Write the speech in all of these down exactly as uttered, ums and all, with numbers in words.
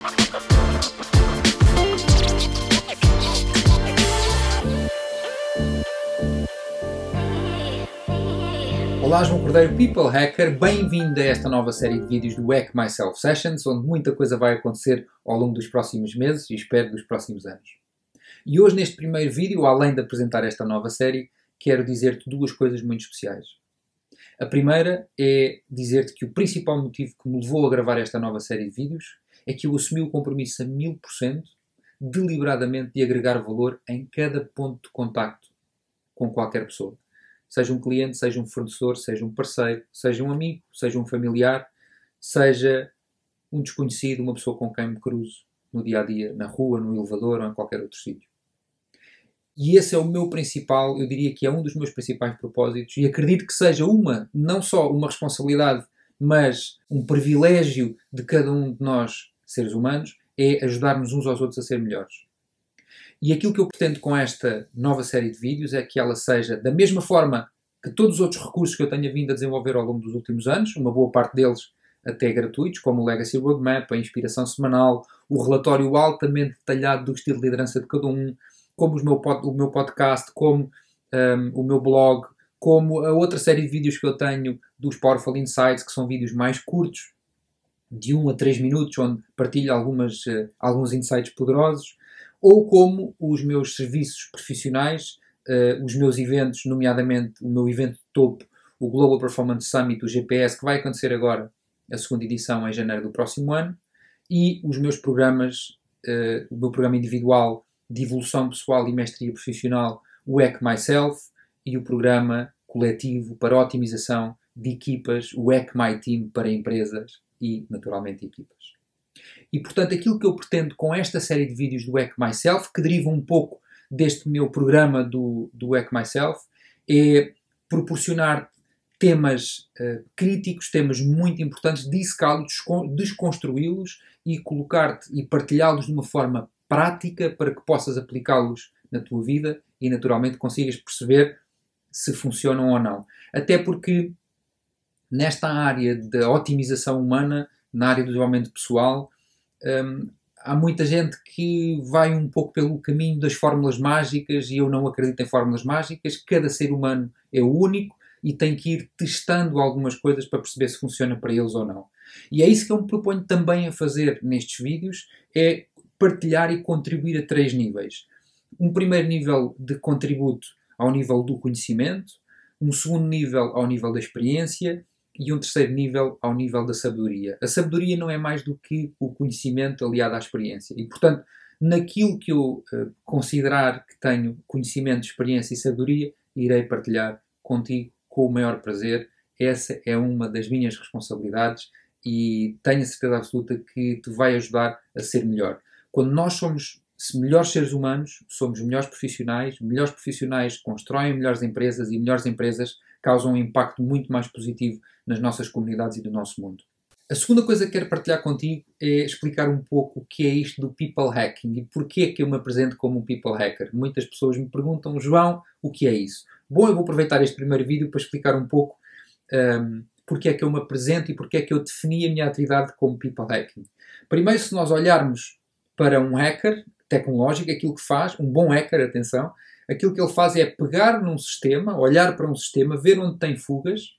Olá, João Cordeiro, People Hacker, bem-vindo a esta nova série de vídeos do Hack Myself Sessions, onde muita coisa vai acontecer ao longo dos próximos meses e espero dos próximos anos. E hoje, neste primeiro vídeo, além de apresentar esta nova série, quero dizer-te duas coisas muito especiais. A primeira é dizer-te que o principal motivo que me levou a gravar esta nova série de vídeos é que eu assumi o compromisso a mil por cento, deliberadamente, de agregar valor em cada ponto de contacto com qualquer pessoa. Seja um cliente, seja um fornecedor, seja um parceiro, seja um amigo, seja um familiar, seja um desconhecido, uma pessoa com quem me cruzo no dia-a-dia, na rua, no elevador ou em qualquer outro sítio. E esse é o meu principal, eu diria que é um dos meus principais propósitos, e acredito que seja uma, não só uma responsabilidade, mas um privilégio de cada um de nós, seres humanos, é ajudarmos uns aos outros a ser melhores. E aquilo que eu pretendo com esta nova série de vídeos é que ela seja da mesma forma que todos os outros recursos que eu tenha vindo a desenvolver ao longo dos últimos anos, uma boa parte deles até gratuitos, como o Legacy Roadmap, a inspiração semanal, o relatório altamente detalhado do estilo de liderança de cada um, como os meu pod, o meu podcast, como um, o meu blog, como a outra série de vídeos que eu tenho dos Powerful Insights, que são vídeos mais curtos, de um a três minutos, onde partilho algumas, uh, alguns insights poderosos, ou como os meus serviços profissionais, uh, os meus eventos, nomeadamente o meu evento de topo, o Global Performance Summit, o G P S, que vai acontecer agora, a segunda edição, em janeiro do próximo ano, e os meus programas, uh, o meu programa individual de evolução pessoal e mestria profissional, o Hack Myself, e o programa coletivo para otimização de equipas, o Hack My Team para empresas e, naturalmente, equipas. E, portanto, aquilo que eu pretendo com esta série de vídeos do Hack Myself, que deriva um pouco deste meu programa do, do Hack Myself, é proporcionar temas uh, críticos, temas muito importantes, dissecá-los, desconstruí-los e colocar-te e partilhá-los de uma forma prática para que possas aplicá-los na tua vida e, naturalmente, consigas perceber se funcionam ou não. Até porque, nesta área da otimização humana, na área do desenvolvimento pessoal, Um, há muita gente que vai um pouco pelo caminho das fórmulas mágicas e eu não acredito em fórmulas mágicas. Cada ser humano é único e tem que ir testando algumas coisas para perceber se funciona para eles ou não. E é isso que eu me proponho também a fazer nestes vídeos, é partilhar e contribuir a três níveis. Um primeiro nível de contributo ao nível do conhecimento, um segundo nível ao nível da experiência e um terceiro nível ao nível da sabedoria. A sabedoria não é mais do que o conhecimento aliado à experiência. E, portanto, naquilo que eu uh, considerar que tenho conhecimento, experiência e sabedoria, irei partilhar contigo com o maior prazer. Essa é uma das minhas responsabilidades e tenho a certeza absoluta que te vai ajudar a ser melhor. Quando nós somos melhores seres humanos, somos melhores profissionais, melhores profissionais constroem melhores empresas e melhores empresas causam um impacto muito mais positivo nas nossas comunidades e do nosso mundo. A segunda coisa que quero partilhar contigo é explicar um pouco o que é isto do People Hacking e porquê é que eu me apresento como um People Hacker. Muitas pessoas me perguntam, João, o que é isso? Bom, eu vou aproveitar este primeiro vídeo para explicar um pouco um, porque é que eu me apresento e porque é que eu defini a minha atividade como People Hacking. Primeiro, se nós olharmos para um hacker tecnológico, aquilo que faz, um bom hacker, atenção, aquilo que ele faz é pegar num sistema, olhar para um sistema, ver onde tem fugas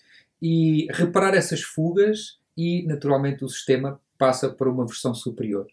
e reparar essas fugas e, naturalmente, o sistema passa para uma versão superior.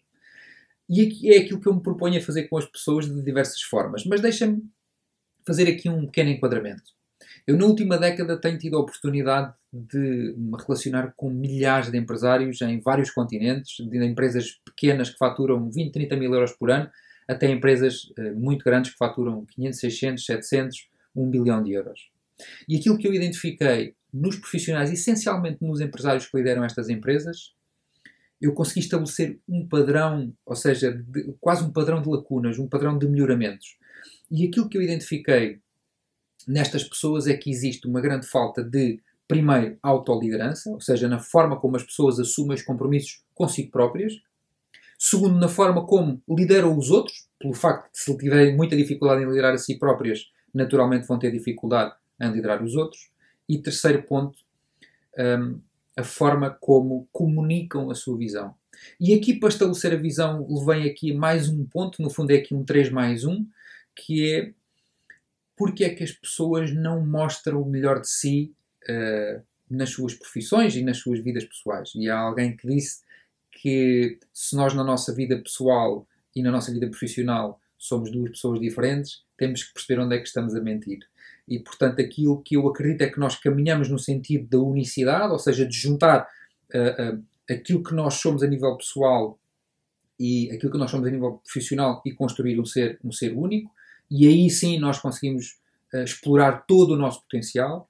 E é aquilo que eu me proponho a fazer com as pessoas de diversas formas. Mas deixa-me fazer aqui um pequeno enquadramento. Eu, na última década, tenho tido a oportunidade de me relacionar com milhares de empresários em vários continentes, de empresas pequenas que faturam vinte, trinta mil euros por ano, até empresas uh, muito grandes que faturam quinhentos, seiscentos, setecentos, um bilhão de euros. E aquilo que eu identifiquei nos profissionais, essencialmente nos empresários que lideram estas empresas, eu consegui estabelecer um padrão, ou seja, de, quase um padrão de lacunas, um padrão de melhoramentos. E aquilo que eu identifiquei nestas pessoas é que existe uma grande falta de, primeiro, autoliderança, ou seja, na forma como as pessoas assumem os compromissos consigo próprias. Segundo, na forma como lideram os outros, pelo facto de, se tiverem muita dificuldade em liderar a si próprias, naturalmente vão ter dificuldade em liderar os outros. E terceiro ponto, um, a forma como comunicam a sua visão. E aqui, para estabelecer a visão, levei aqui mais um ponto, no fundo é aqui um três mais um, que é porque é que as pessoas não mostram o melhor de si uh, nas suas profissões e nas suas vidas pessoais. E há alguém que disse que se nós na nossa vida pessoal e na nossa vida profissional somos duas pessoas diferentes, temos que perceber onde é que estamos a mentir. E, portanto, aquilo que eu acredito é que nós caminhamos no sentido da unicidade, ou seja, de juntar uh, uh, aquilo que nós somos a nível pessoal e aquilo que nós somos a nível profissional e construir um ser, um ser único. E aí sim nós conseguimos uh, explorar todo o nosso potencial.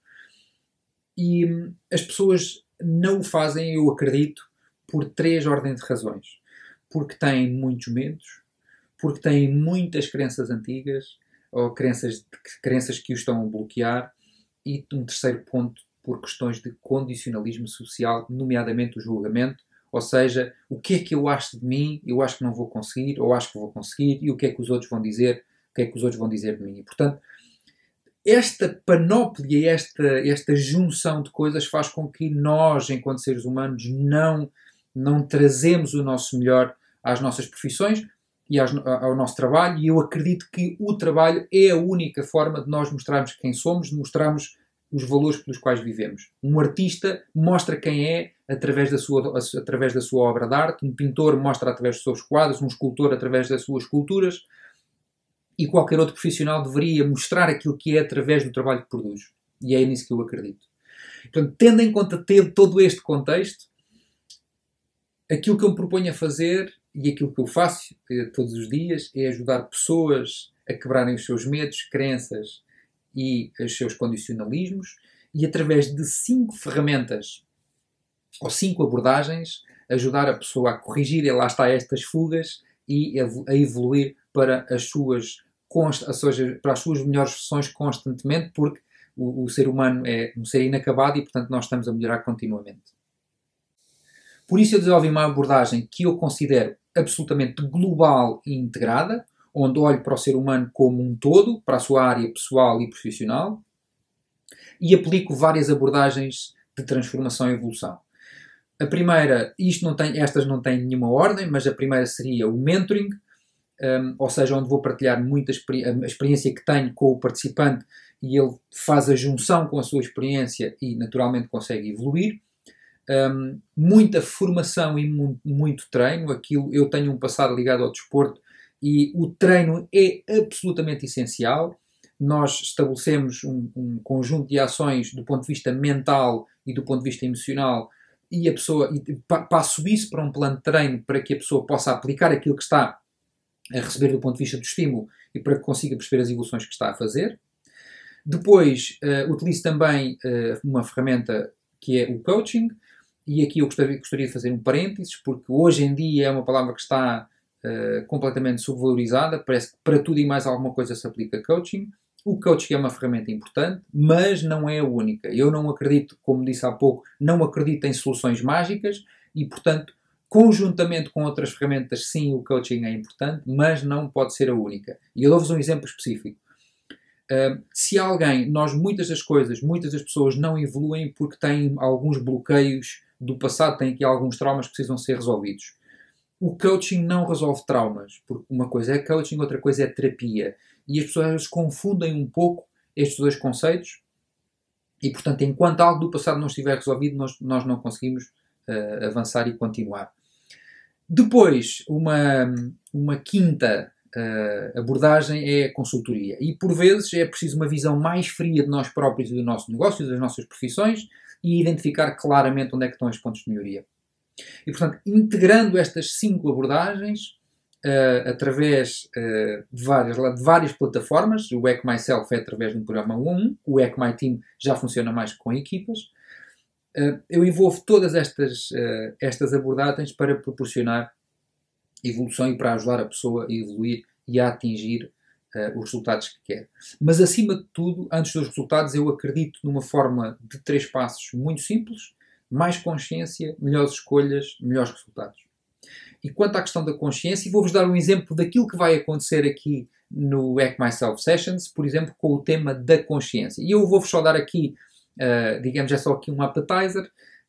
E um, as pessoas não o fazem, eu acredito, por três ordens de razões. Porque têm muitos medos, porque têm muitas crenças antigas, ou crenças, crenças que os estão a bloquear, e um terceiro ponto, por questões de condicionalismo social, nomeadamente o julgamento, ou seja, o que é que eu acho de mim, eu acho que não vou conseguir, ou acho que vou conseguir, e o que é que os outros vão dizer, o que é que os outros vão dizer de mim. E, portanto, esta panóplia, esta, esta junção de coisas faz com que nós, enquanto seres humanos, não, não trazemos o nosso melhor às nossas profissões e aos, ao nosso trabalho, e eu acredito que o trabalho é a única forma de nós mostrarmos quem somos, de mostrarmos os valores pelos quais vivemos. Um artista mostra quem é através da sua, através da sua obra de arte, um pintor mostra através dos seus quadros, um escultor através das suas esculturas, e qualquer outro profissional deveria mostrar aquilo que é através do trabalho que produz. E é nisso que eu acredito. Portanto, tendo em conta todo este contexto, aquilo que eu me proponho a fazer e aquilo que eu faço eh, todos os dias é ajudar pessoas a quebrarem os seus medos, crenças e os seus condicionalismos, e através de cinco ferramentas ou cinco abordagens ajudar a pessoa a corrigir, e lá está, estas fugas e a evoluir para as suas, ou seja, para as suas melhores versões constantemente, porque o, o ser humano é um ser inacabado e, portanto, nós estamos a melhorar continuamente. Por isso eu desenvolvi uma abordagem que eu considero absolutamente global e integrada, onde olho para o ser humano como um todo, para a sua área pessoal e profissional, e aplico várias abordagens de transformação e evolução. A primeira, isto não tem, estas não têm nenhuma ordem, mas a primeira seria o mentoring, um, ou seja, onde vou partilhar muita experi- a experiência que tenho com o participante e ele faz a junção com a sua experiência e naturalmente consegue evoluir. Um, muita formação e mu- muito treino. Aquilo, eu tenho um passado ligado ao desporto e o treino é absolutamente essencial. Nós estabelecemos um, um conjunto de ações do ponto de vista mental e do ponto de vista emocional, e a pessoa e passo isso para um plano de treino para que a pessoa possa aplicar aquilo que está a receber do ponto de vista do estímulo e para que consiga perceber as evoluções que está a fazer. Depois, uh, utilizo também uh, uma ferramenta que é o coaching, e aqui eu gostaria, gostaria de fazer um parênteses, porque hoje em dia é uma palavra que está uh, completamente subvalorizada, parece que para tudo e mais alguma coisa se aplica coaching. O coaching é uma ferramenta importante, mas não é a única. Eu não acredito, como disse há pouco, não acredito em soluções mágicas e, portanto, conjuntamente com outras ferramentas, sim, o coaching é importante, mas não pode ser a única. E eu dou-vos um exemplo específico. Uh, se alguém, nós muitas das coisas, muitas das pessoas não evoluem porque têm alguns bloqueios do passado, têm aqui alguns traumas que precisam ser resolvidos. O coaching não resolve traumas, porque uma coisa é coaching, outra coisa é terapia. E as pessoas confundem um pouco estes dois conceitos e, portanto, enquanto algo do passado não estiver resolvido, nós, nós não conseguimos uh, avançar e continuar. Depois, uma, uma quinta uh, abordagem é a consultoria. E, por vezes, é preciso uma visão mais fria de nós próprios e do nosso negócio, das nossas profissões, e identificar claramente onde é que estão os pontos de melhoria. E, portanto, integrando estas cinco abordagens, Uh, através uh, de, várias, de várias plataformas, o Hack Myself é através de um programa um a um, o Hack My Team já funciona mais com equipas, uh, eu envolvo todas estas, uh, estas abordagens para proporcionar evolução e para ajudar a pessoa a evoluir e a atingir uh, os resultados que quer. Mas, acima de tudo, antes dos resultados, eu acredito numa forma de três passos muito simples: mais consciência, melhores escolhas, melhores resultados. E quanto à questão da consciência, vou-vos dar um exemplo daquilo que vai acontecer aqui no Hack Myself Sessions, por exemplo, com o tema da consciência. E eu vou-vos só dar aqui, uh, digamos, é só aqui um appetizer.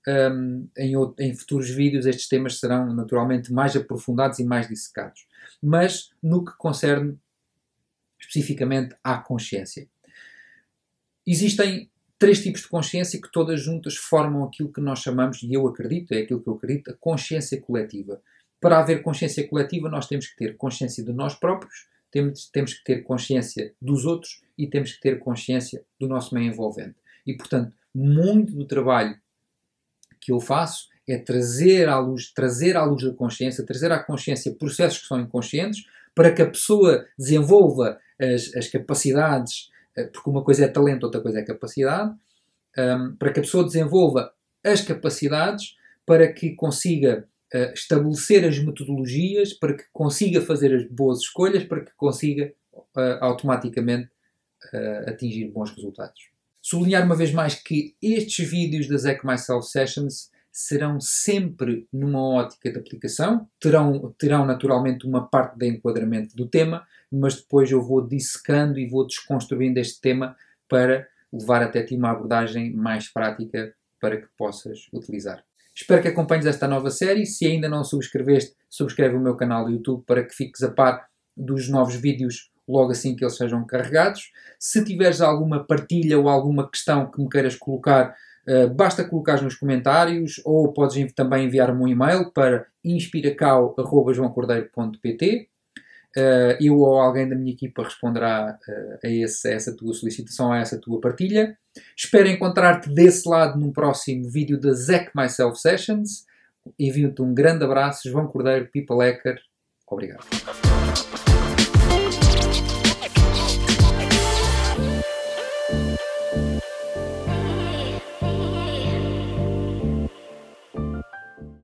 um, em, em futuros vídeos estes temas serão naturalmente mais aprofundados e mais dissecados. Mas no que concerne especificamente à consciência. Existem três tipos de consciência que todas juntas formam aquilo que nós chamamos, e eu acredito, é aquilo que eu acredito, a consciência coletiva. Para haver consciência coletiva, nós temos que ter consciência de nós próprios, temos, temos que ter consciência dos outros e temos que ter consciência do nosso meio envolvente. E, portanto, muito do trabalho que eu faço é trazer à luz, trazer à luz da consciência, trazer à consciência processos que são inconscientes, para que a pessoa desenvolva as, as capacidades, porque uma coisa é talento, outra coisa é capacidade, um, para que a pessoa desenvolva as capacidades, para que consiga uh, estabelecer as metodologias, para que consiga fazer as boas escolhas, para que consiga uh, automaticamente uh, atingir bons resultados. Sublinhar uma vez mais que estes vídeos das Hack Myself Sessions serão sempre numa ótica de aplicação, terão, terão naturalmente uma parte de enquadramento do tema, mas depois eu vou dissecando e vou desconstruindo este tema para levar até ti uma abordagem mais prática para que possas utilizar. Espero que acompanhes esta nova série. Se ainda não subscreveste, subscreve o meu canal do YouTube para que fiques a par dos novos vídeos logo assim que eles sejam carregados. Se tiveres alguma partilha ou alguma questão que me queiras colocar, Uh, basta colocar nos comentários ou podes também enviar-me um e-mail para inspiracau arroba joão cordeiro ponto pt. Uh, eu ou alguém da minha equipa responderá uh, a, esse, a essa tua solicitação, a essa tua partilha. Espero encontrar-te desse lado num próximo vídeo das Hack Myself Sessions. Envio-te um grande abraço. João Cordeiro, People Hacker. Obrigado.